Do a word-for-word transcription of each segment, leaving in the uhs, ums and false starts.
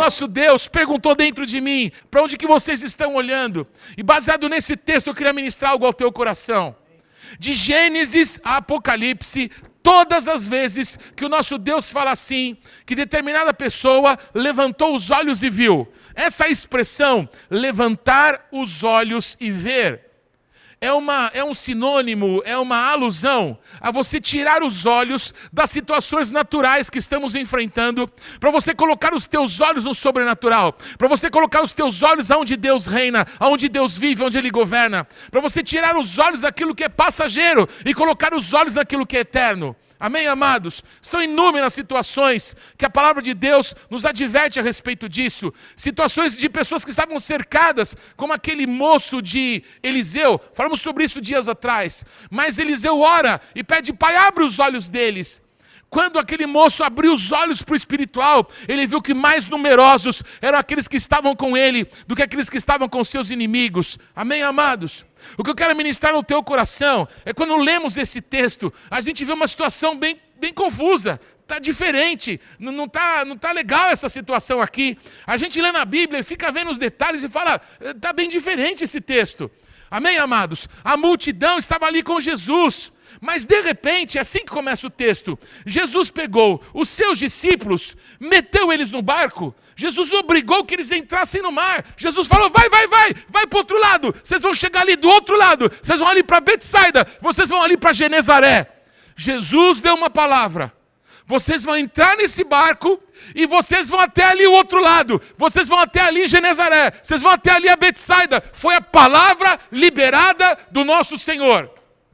nosso Deus perguntou dentro de mim, para onde que vocês estão olhando? E baseado nesse texto eu queria ministrar algo ao teu coração. De Gênesis a Apocalipse, todas as vezes que o nosso Deus fala assim, que determinada pessoa levantou os olhos e viu. Essa expressão, levantar os olhos e ver, é, uma, é um sinônimo, é uma alusão a você tirar os olhos das situações naturais que estamos enfrentando, para você colocar os teus olhos no sobrenatural, para você colocar os teus olhos aonde Deus reina, aonde Deus vive, onde Ele governa, para você tirar os olhos daquilo que é passageiro e colocar os olhos naquilo que é eterno. Amém, amados? São inúmeras situações que a palavra de Deus nos adverte a respeito disso. Situações de pessoas que estavam cercadas, como aquele moço de Eliseu. Falamos sobre isso dias atrás. Mas Eliseu ora e pede, Pai, abre os olhos deles. Quando aquele moço abriu os olhos para o espiritual, ele viu que mais numerosos eram aqueles que estavam com ele do que aqueles que estavam com seus inimigos. Amém, amados? O que eu quero ministrar no teu coração é quando lemos esse texto, a gente vê uma situação bem, bem confusa, está diferente, não está não tá legal essa situação aqui. A gente lê na Bíblia e fica vendo os detalhes e fala, está bem diferente esse texto. Amém, amados? A multidão estava ali com Jesus. Mas de repente, é assim que começa o texto, Jesus pegou os seus discípulos, meteu eles no barco, Jesus obrigou que eles entrassem no mar, Jesus falou, vai, vai, vai, vai para o outro lado, vocês vão chegar ali do outro lado, vocês vão ali para Betsaida, vocês vão ali para Genezaré. Jesus deu uma palavra, vocês vão entrar nesse barco e vocês vão até ali o outro lado, vocês vão até ali Genezaré, vocês vão até ali a Betsaida. Foi a palavra liberada do nosso Senhor.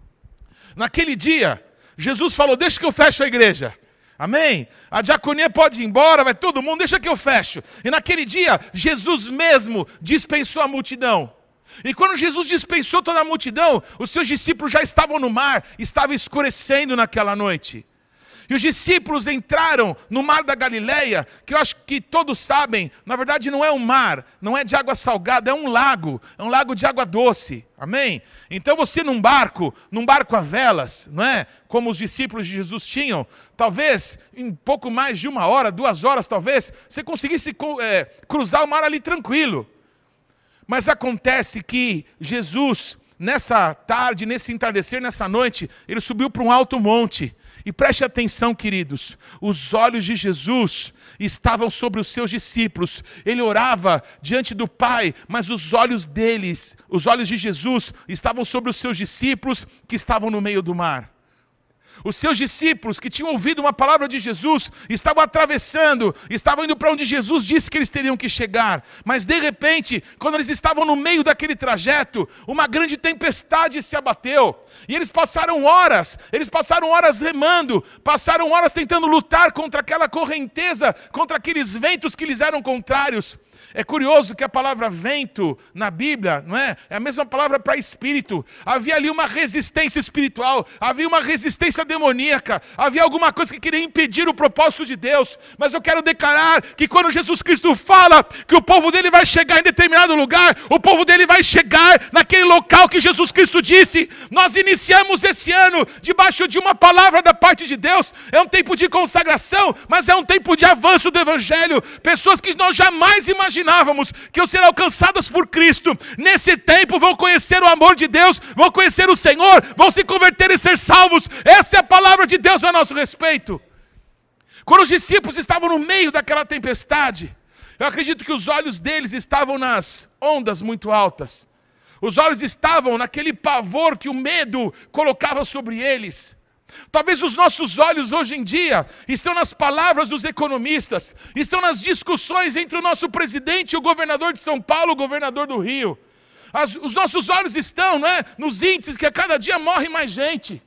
Naquele dia, Jesus falou, deixa que eu fecho a igreja. Amém? A diaconia pode ir embora, vai todo mundo, deixa que eu fecho. E naquele dia, Jesus mesmo dispensou a multidão. E quando Jesus dispensou toda a multidão, os seus discípulos já estavam no mar, estava escurecendo naquela noite. E os discípulos entraram no mar da Galileia, que eu acho que todos sabem, na verdade não é um mar, não é de água salgada, é um lago, é um lago de água doce, amém? Então você num barco, num barco a velas, não é? Como os discípulos de Jesus tinham, talvez em pouco mais de uma hora, duas horas talvez, você conseguisse é, cruzar o mar ali tranquilo. Mas acontece que Jesus, nessa tarde, nesse entardecer, nessa noite, ele subiu para um alto monte. E preste atenção, queridos, os olhos de Jesus estavam sobre os seus discípulos. Ele orava diante do Pai, mas os olhos deles, os olhos de Jesus, estavam sobre os seus discípulos que estavam no meio do mar. Os seus discípulos que tinham ouvido uma palavra de Jesus, estavam atravessando, estavam indo para onde Jesus disse que eles teriam que chegar. Mas de repente, quando eles estavam no meio daquele trajeto, uma grande tempestade se abateu. E eles passaram horas, eles passaram horas remando, passaram horas tentando lutar contra aquela correnteza, contra aqueles ventos que lhes eram contrários. É curioso que a palavra vento na Bíblia, não é? É a mesma palavra para espírito. Havia ali uma resistência espiritual, havia uma resistência demoníaca, havia alguma coisa que queria impedir o propósito de Deus. Mas eu quero declarar que quando Jesus Cristo fala que o povo dele vai chegar em determinado lugar, o povo dele vai chegar naquele local que Jesus Cristo disse. Nós iniciamos esse ano debaixo de uma palavra da parte de Deus. É um tempo de consagração, mas é um tempo de avanço do Evangelho. Pessoas que nós jamais imaginamos imaginávamos que iam ser alcançadas por Cristo, nesse tempo vão conhecer o amor de Deus, vão conhecer o Senhor, vão se converter e ser salvos. Essa é a palavra de Deus a nosso respeito. Quando os discípulos estavam no meio daquela tempestade, eu acredito que os olhos deles estavam nas ondas muito altas. Os olhos estavam naquele pavor que o medo colocava sobre eles. Talvez os nossos olhos hoje em dia estão nas palavras dos economistas, estão nas discussões entre o nosso presidente e o governador de São Paulo, o governador do Rio. As, os nossos olhos estão, não é, nos índices que a cada dia morre mais gente.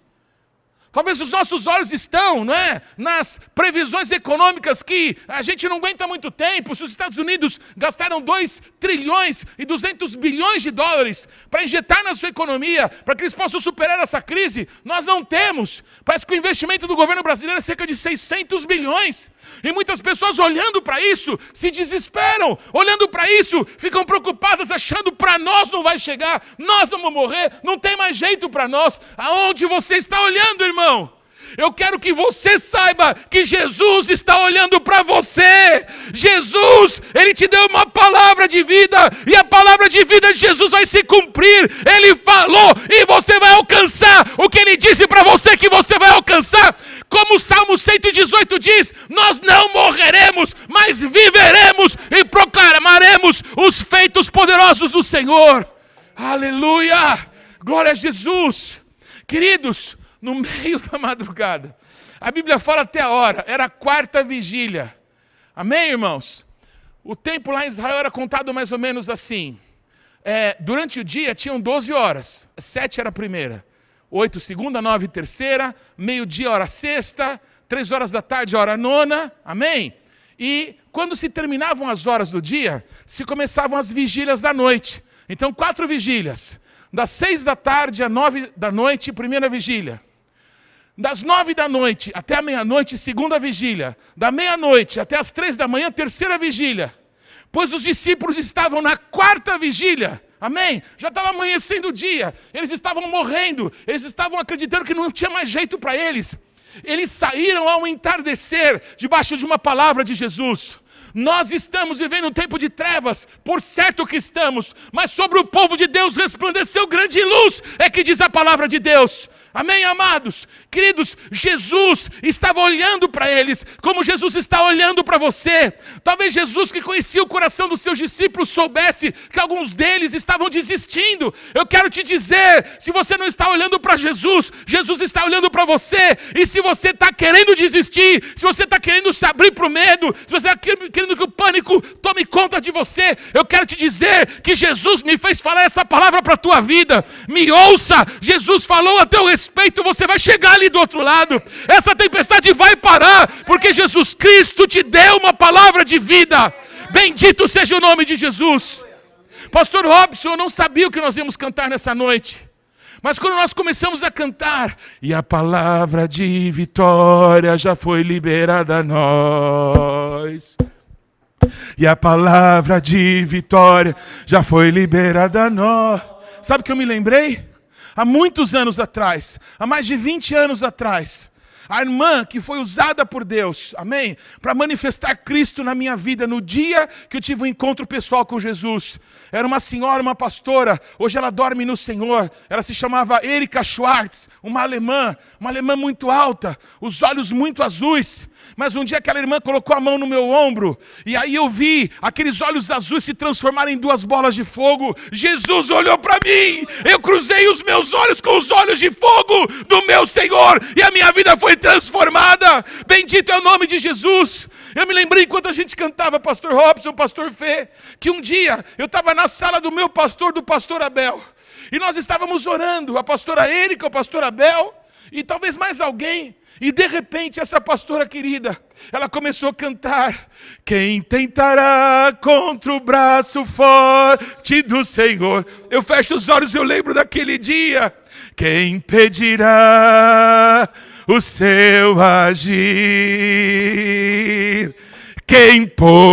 Talvez os nossos olhos estão, não é, nas previsões econômicas que a gente não aguenta muito tempo. Se os Estados Unidos gastaram dois trilhões e duzentos bilhões de dólares para injetar na sua economia, para que eles possam superar essa crise, nós não temos. Parece que o investimento do governo brasileiro é cerca de seiscentos bilhões. E muitas pessoas olhando para isso se desesperam, olhando para isso ficam preocupadas, achando para nós não vai chegar, nós vamos morrer, não tem mais jeito para nós. Aonde você está olhando, irmão? Eu quero que você saiba que Jesus está olhando para você. Jesus, Ele te deu uma palavra de vida, e a palavra de vida de Jesus vai se cumprir. Ele falou e você vai alcançar o que Ele disse para você que você vai alcançar. Como o Salmo cento e dezoito diz, nós não morreremos, mas viveremos e proclamaremos os feitos poderosos do Senhor. Aleluia! Glória a Jesus! Queridos, no meio da madrugada, a Bíblia fala até a hora, era a quarta vigília. Amém, irmãos? O tempo lá em Israel era contado mais ou menos assim. É, durante o dia tinham doze horas, sete era a primeira, oito segunda, nove terceira, meio-dia hora sexta, três horas da tarde hora nona, amém? E quando se terminavam as horas do dia, se começavam as vigílias da noite. Então quatro vigílias, das seis da tarde a nove da noite, primeira vigília. Das nove da noite até a meia-noite, segunda vigília. Da meia-noite até as três da manhã, terceira vigília. Pois os discípulos estavam na quarta vigília. Amém? Já estava amanhecendo o dia. Eles estavam morrendo. Eles estavam acreditando que não tinha mais jeito para eles. Eles saíram ao entardecer, debaixo de uma palavra de Jesus. Nós estamos vivendo um tempo de trevas, por certo que estamos, mas sobre o povo de Deus resplandeceu grande luz, é que diz a palavra de Deus. Amém, amados? Queridos, Jesus estava olhando para eles, como Jesus está olhando para você. Talvez Jesus, que conhecia o coração dos seus discípulos, soubesse que alguns deles estavam desistindo. Eu quero te dizer, se você não está olhando para Jesus, Jesus está olhando para você. E se você está querendo desistir, se você está querendo se abrir para o medo, se você está querendo que o pânico tome conta de você, eu quero te dizer que Jesus me fez falar essa palavra para a tua vida. Me ouça, Jesus falou a teu respeito. Respeito, você vai chegar ali do outro lado. Essa tempestade vai parar, porque Jesus Cristo te deu uma palavra de vida. Bendito seja o nome de Jesus. Pastor Robson, eu não sabia o que nós íamos cantar nessa noite. Mas quando nós começamos a cantar, e a palavra de vitória já foi liberada a nós. E a palavra de vitória já foi liberada a nós. Sabe o que eu me lembrei? Há muitos anos atrás, há mais de vinte anos atrás, a irmã que foi usada por Deus, amém? Para manifestar Cristo na minha vida, no dia que eu tive um encontro pessoal com Jesus. Era uma senhora, uma pastora, hoje ela dorme no Senhor. Ela se chamava Erika Schwartz, uma alemã, uma alemã muito alta, os olhos muito azuis. Mas um dia aquela irmã colocou a mão no meu ombro, e aí eu vi aqueles olhos azuis se transformarem em duas bolas de fogo. Jesus olhou para mim, eu cruzei os meus olhos com os olhos de fogo do meu Senhor, e a minha vida foi transformada. Bendito é o nome de Jesus. Eu me lembrei enquanto a gente cantava, pastor Robson, pastor Fê, que um dia eu estava na sala do meu pastor, do pastor Abel, e nós estávamos orando, a pastora Erika, o pastor Abel, e talvez mais alguém. E de repente essa pastora querida, ela começou a cantar: quem tentará contra o braço forte do Senhor? Eu fecho os olhos e eu lembro daquele dia. Quem pedirá o seu agir? Quem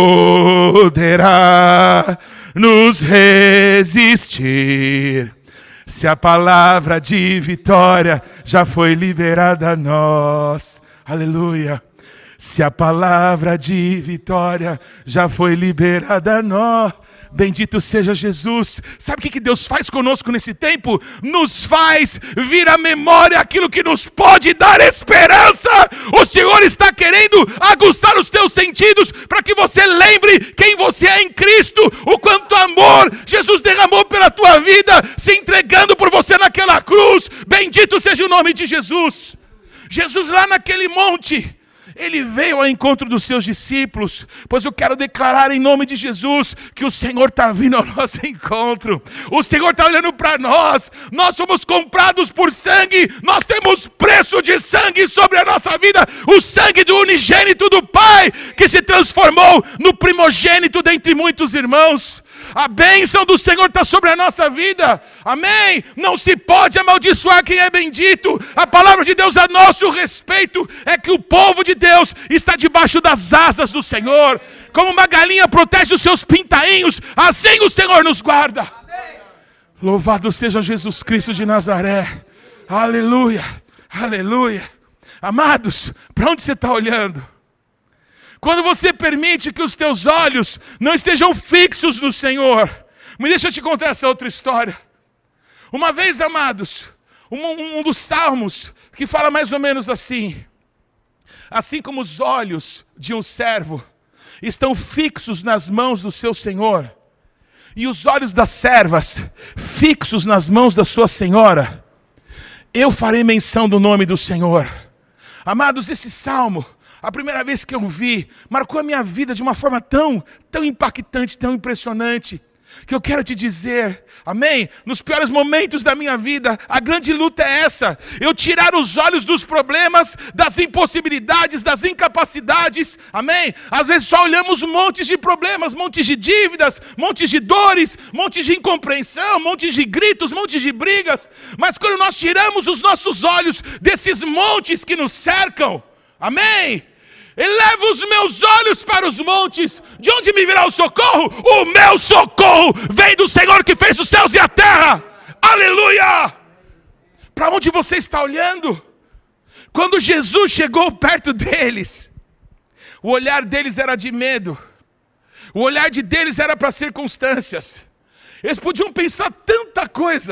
poderá nos resistir? Se a palavra de vitória já foi liberada a nós. Aleluia. Se a palavra de vitória já foi liberada a nós. Bendito seja Jesus. Sabe o que Deus faz conosco nesse tempo? Nos faz vir à memória aquilo que nos pode dar esperança. O Senhor está querendo aguçar os teus sentidos para que você lembre quem você é em Cristo, o quanto amor Jesus derramou pela tua vida, se entregando por você naquela cruz. Bendito seja o nome de Jesus. Jesus lá naquele monte, Ele veio ao encontro dos seus discípulos, pois eu quero declarar em nome de Jesus que o Senhor está vindo ao nosso encontro. O Senhor está olhando para nós. Nós somos comprados por sangue, nós temos preço de sangue sobre a nossa vida, o sangue do unigênito do Pai, que se transformou no primogênito dentre muitos irmãos. A bênção do Senhor está sobre a nossa vida, amém? Não se pode amaldiçoar quem é bendito. A palavra de Deus a nosso respeito é que o povo de Deus está debaixo das asas do Senhor. Como uma galinha protege os seus pintainhos, assim o Senhor nos guarda. Amém. Louvado seja Jesus Cristo de Nazaré. Aleluia, aleluia. Amados, para onde você está olhando? Quando você permite que os teus olhos não estejam fixos no Senhor. Me deixa eu te contar essa outra história. Uma vez, amados, um, um dos salmos que fala mais ou menos assim: assim como os olhos de um servo estão fixos nas mãos do seu senhor, e os olhos das servas fixos nas mãos da sua senhora, eu farei menção do nome do Senhor. Amados, esse salmo, a primeira vez que eu vi, marcou a minha vida de uma forma tão, tão impactante, tão impressionante, que eu quero te dizer, amém? Nos piores momentos da minha vida, a grande luta é essa: eu tirar os olhos dos problemas, das impossibilidades, das incapacidades, amém? Às vezes só olhamos montes de problemas, montes de dívidas, montes de dores, montes de incompreensão, montes de gritos, montes de brigas, mas quando nós tiramos os nossos olhos desses montes que nos cercam, amém? Eleva os meus olhos para os montes, de onde me virá o socorro? O meu socorro vem do Senhor que fez os céus e a terra. Aleluia! Para onde você está olhando? Quando Jesus chegou perto deles, o olhar deles era de medo, o olhar de deles era para circunstâncias. Eles podiam pensar tanta coisa,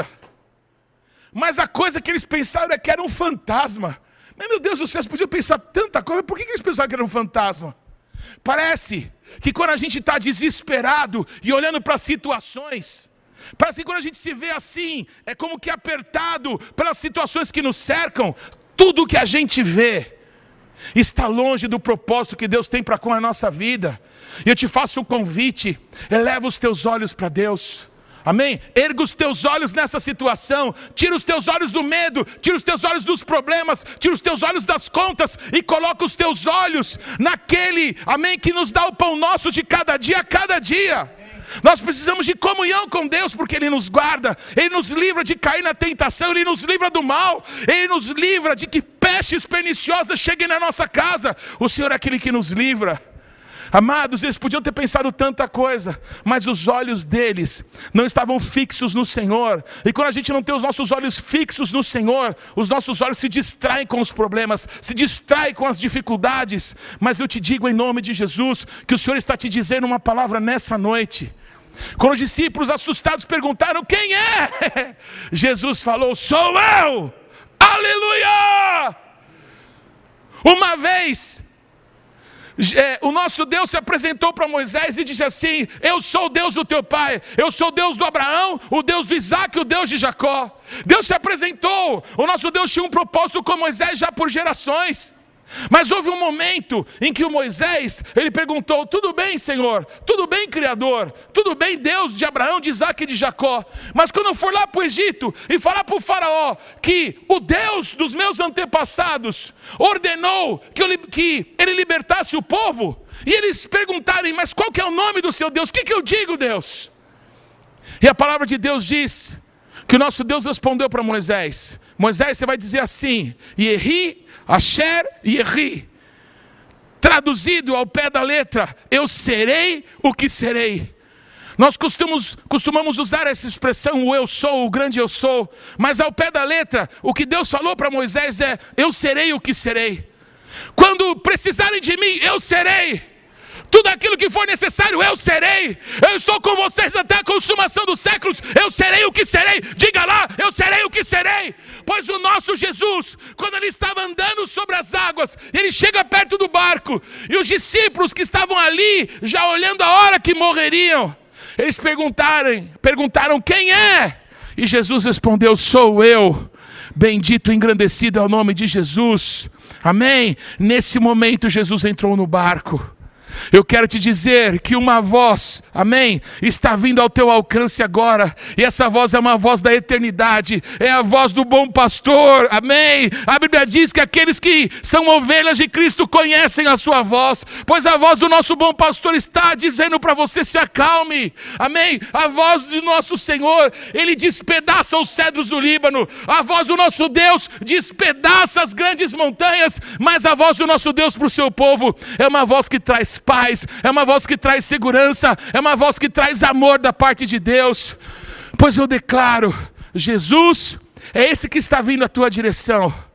mas a coisa que eles pensaram é que era um fantasma. Mas, meu Deus, vocês podiam pensar tanta coisa, por que eles pensaram que era um fantasma? Parece que quando a gente está desesperado e olhando para situações, parece que quando a gente se vê assim, é como que apertado pelas situações que nos cercam, tudo que a gente vê está longe do propósito que Deus tem para com a nossa vida. E eu te faço um convite: eleva os teus olhos para Deus. Amém? Erga os teus olhos nessa situação, tira os teus olhos do medo, tira os teus olhos dos problemas, tira os teus olhos das contas e coloca os teus olhos naquele, amém, que nos dá o pão nosso de cada dia a cada dia. Nós precisamos de comunhão com Deus, porque Ele nos guarda, Ele nos livra de cair na tentação, Ele nos livra do mal, Ele nos livra de que pestes perniciosas cheguem na nossa casa. O Senhor é aquele que nos livra. Amados, eles podiam ter pensado tanta coisa, mas os olhos deles não estavam fixos no Senhor. E quando a gente não tem os nossos olhos fixos no Senhor, os nossos olhos se distraem com os problemas, se distraem com as dificuldades. Mas eu te digo em nome de Jesus, que o Senhor está te dizendo uma palavra nessa noite. Quando os discípulos assustados perguntaram: quem é? Jesus falou: sou eu. Aleluia! Uma vez É, o nosso Deus se apresentou para Moisés e disse assim: eu sou o Deus do teu pai, eu sou o Deus do Abraão, o Deus do Isaac, o Deus de Jacó. Deus se apresentou. O nosso Deus tinha um propósito com Moisés já por gerações. Mas houve um momento em que o Moisés, ele perguntou: tudo bem, Senhor, tudo bem, Criador, tudo bem, Deus de Abraão, de Isaac e de Jacó, mas quando eu for lá para o Egito e falar para o faraó que o Deus dos meus antepassados ordenou que, eu, que ele libertasse o povo, e eles perguntarem: mas qual que é o nome do seu Deus? O que, que eu digo, Deus? E a palavra de Deus diz que o nosso Deus respondeu para Moisés: Moisés, você vai dizer assim: Yehi, Asher e Yehi. Traduzido ao pé da letra: eu serei o que serei. Nós costumamos, costumamos usar essa expressão, o eu sou, o grande eu sou. Mas ao pé da letra, o que Deus falou para Moisés é: eu serei o que serei. Quando precisarem de mim, eu serei. Tudo aquilo que for necessário, eu serei. Eu estou com vocês até a consumação dos séculos. Eu serei o que serei. Diga lá: eu serei o que serei. Pois o nosso Jesus, quando ele estava andando sobre as águas, ele chega perto do barco, e os discípulos que estavam ali, já olhando a hora que morreriam, eles perguntaram, perguntaram: quem é? E Jesus respondeu: sou eu. Bendito e engrandecido é o nome de Jesus. Amém? Nesse momento Jesus entrou no barco. Eu quero te dizer que uma voz, amém, está vindo ao teu alcance agora. E essa voz é uma voz da eternidade. É a voz do bom pastor, amém. A Bíblia diz que aqueles que são ovelhas de Cristo conhecem a sua voz. Pois a voz do nosso bom pastor está dizendo para você: se acalme, amém. A voz do nosso Senhor, ele despedaça os cedros do Líbano. A voz do nosso Deus despedaça as grandes montanhas. Mas a voz do nosso Deus para o seu povo é uma voz que traz paz, é uma voz que traz segurança, é uma voz que traz amor da parte de Deus. Pois eu declaro: Jesus é esse que está vindo à tua direção.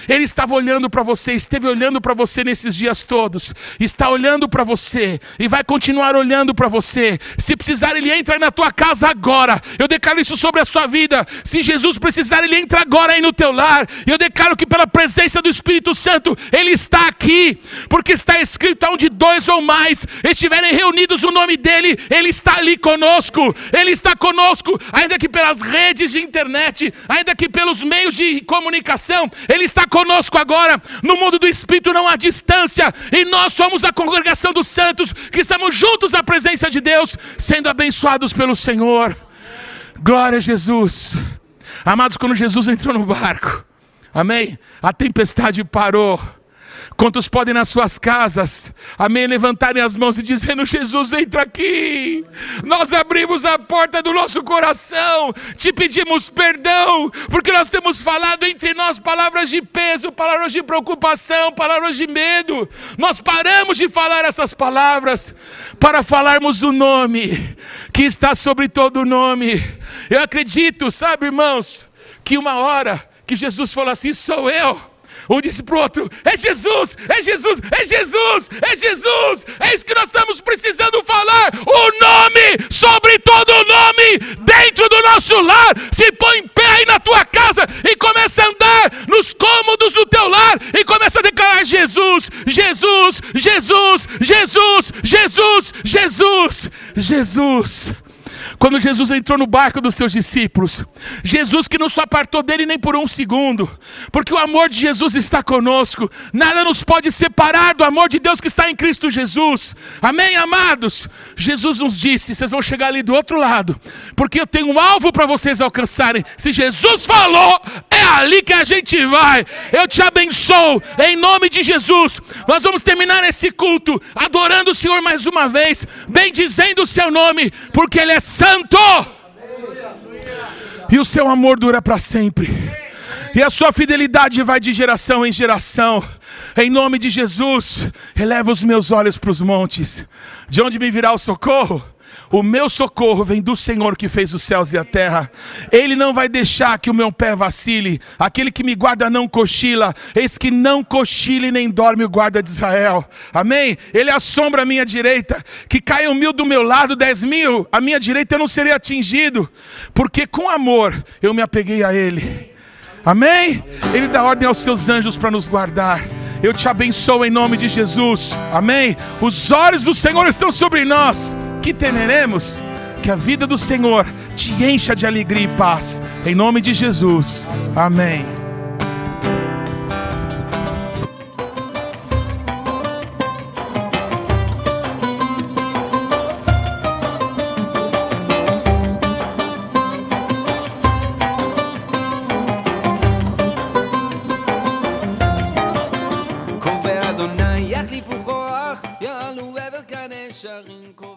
Ele estava olhando para você, esteve olhando para você nesses dias todos, está olhando para você e vai continuar olhando para você. Se precisar, Ele entra na tua casa agora. Eu declaro isso sobre a sua vida. Se Jesus precisar, Ele entra agora aí no teu lar. Eu declaro que pela presença do Espírito Santo, Ele está aqui, porque está escrito: onde dois ou mais estiverem reunidos no nome dEle, Ele está ali conosco. Ele está conosco, ainda que pelas redes de internet, ainda que pelos meios de comunicação. Ele está conosco agora. No mundo do Espírito não há distância, e nós somos a congregação dos santos, que estamos juntos à presença de Deus, sendo abençoados pelo Senhor. Glória a Jesus. Amados, quando Jesus entrou no barco, amém, a tempestade parou. Quantos podem nas suas casas, amém, levantarem as mãos e dizendo: Jesus, entra aqui. Nós abrimos a porta do nosso coração, te pedimos perdão, porque nós temos falado entre nós palavras de peso, palavras de preocupação, palavras de medo. Nós paramos de falar essas palavras para falarmos o nome que está sobre todo nome. Eu acredito, sabe, irmãos, que uma hora que Jesus falou assim: sou eu. Um disse para o outro: é Jesus, é Jesus, é Jesus, é Jesus. É isso que nós estamos precisando falar. O nome sobre todo nome dentro do nosso lar. Se põe em pé aí na tua casa e começa a andar nos cômodos do teu lar e começa a declarar: Jesus, Jesus, Jesus, Jesus, Jesus, Jesus, Jesus. Quando Jesus entrou no barco dos seus discípulos, Jesus que não se apartou dele nem por um segundo, porque o amor de Jesus está conosco. Nada nos pode separar do amor de Deus que está em Cristo Jesus. Amém, amados? Jesus nos disse: vocês vão chegar ali do outro lado, porque eu tenho um alvo para vocês alcançarem. Se Jesus falou, é ali que a gente vai. Eu te abençoo em nome de Jesus. Nós vamos terminar esse culto adorando o Senhor mais uma vez, bendizendo o seu nome, porque Ele é santo. E o seu amor dura para sempre, e a sua fidelidade vai de geração em geração. Em nome de Jesus, eleva os meus olhos para os montes. De onde me virá o socorro? O meu socorro vem do Senhor que fez os céus e a terra. Ele não vai deixar que o meu pé vacile. Aquele que me guarda não cochila. Eis que não cochile nem dorme o guarda de Israel. Amém? Ele assombra a minha direita. Que caiam mil do meu lado, dez mil à minha direita, eu não serei atingido. Porque com amor eu me apeguei a Ele. Amém? Ele dá ordem aos seus anjos para nos guardar. Eu te abençoo em nome de Jesus. Amém? Os olhos do Senhor estão sobre nós. Que temeremos? Que a vida do Senhor te encha de alegria e paz. Em nome de Jesus. Amém. Adonai yachlifu roach, yalu ever kanesh sharim.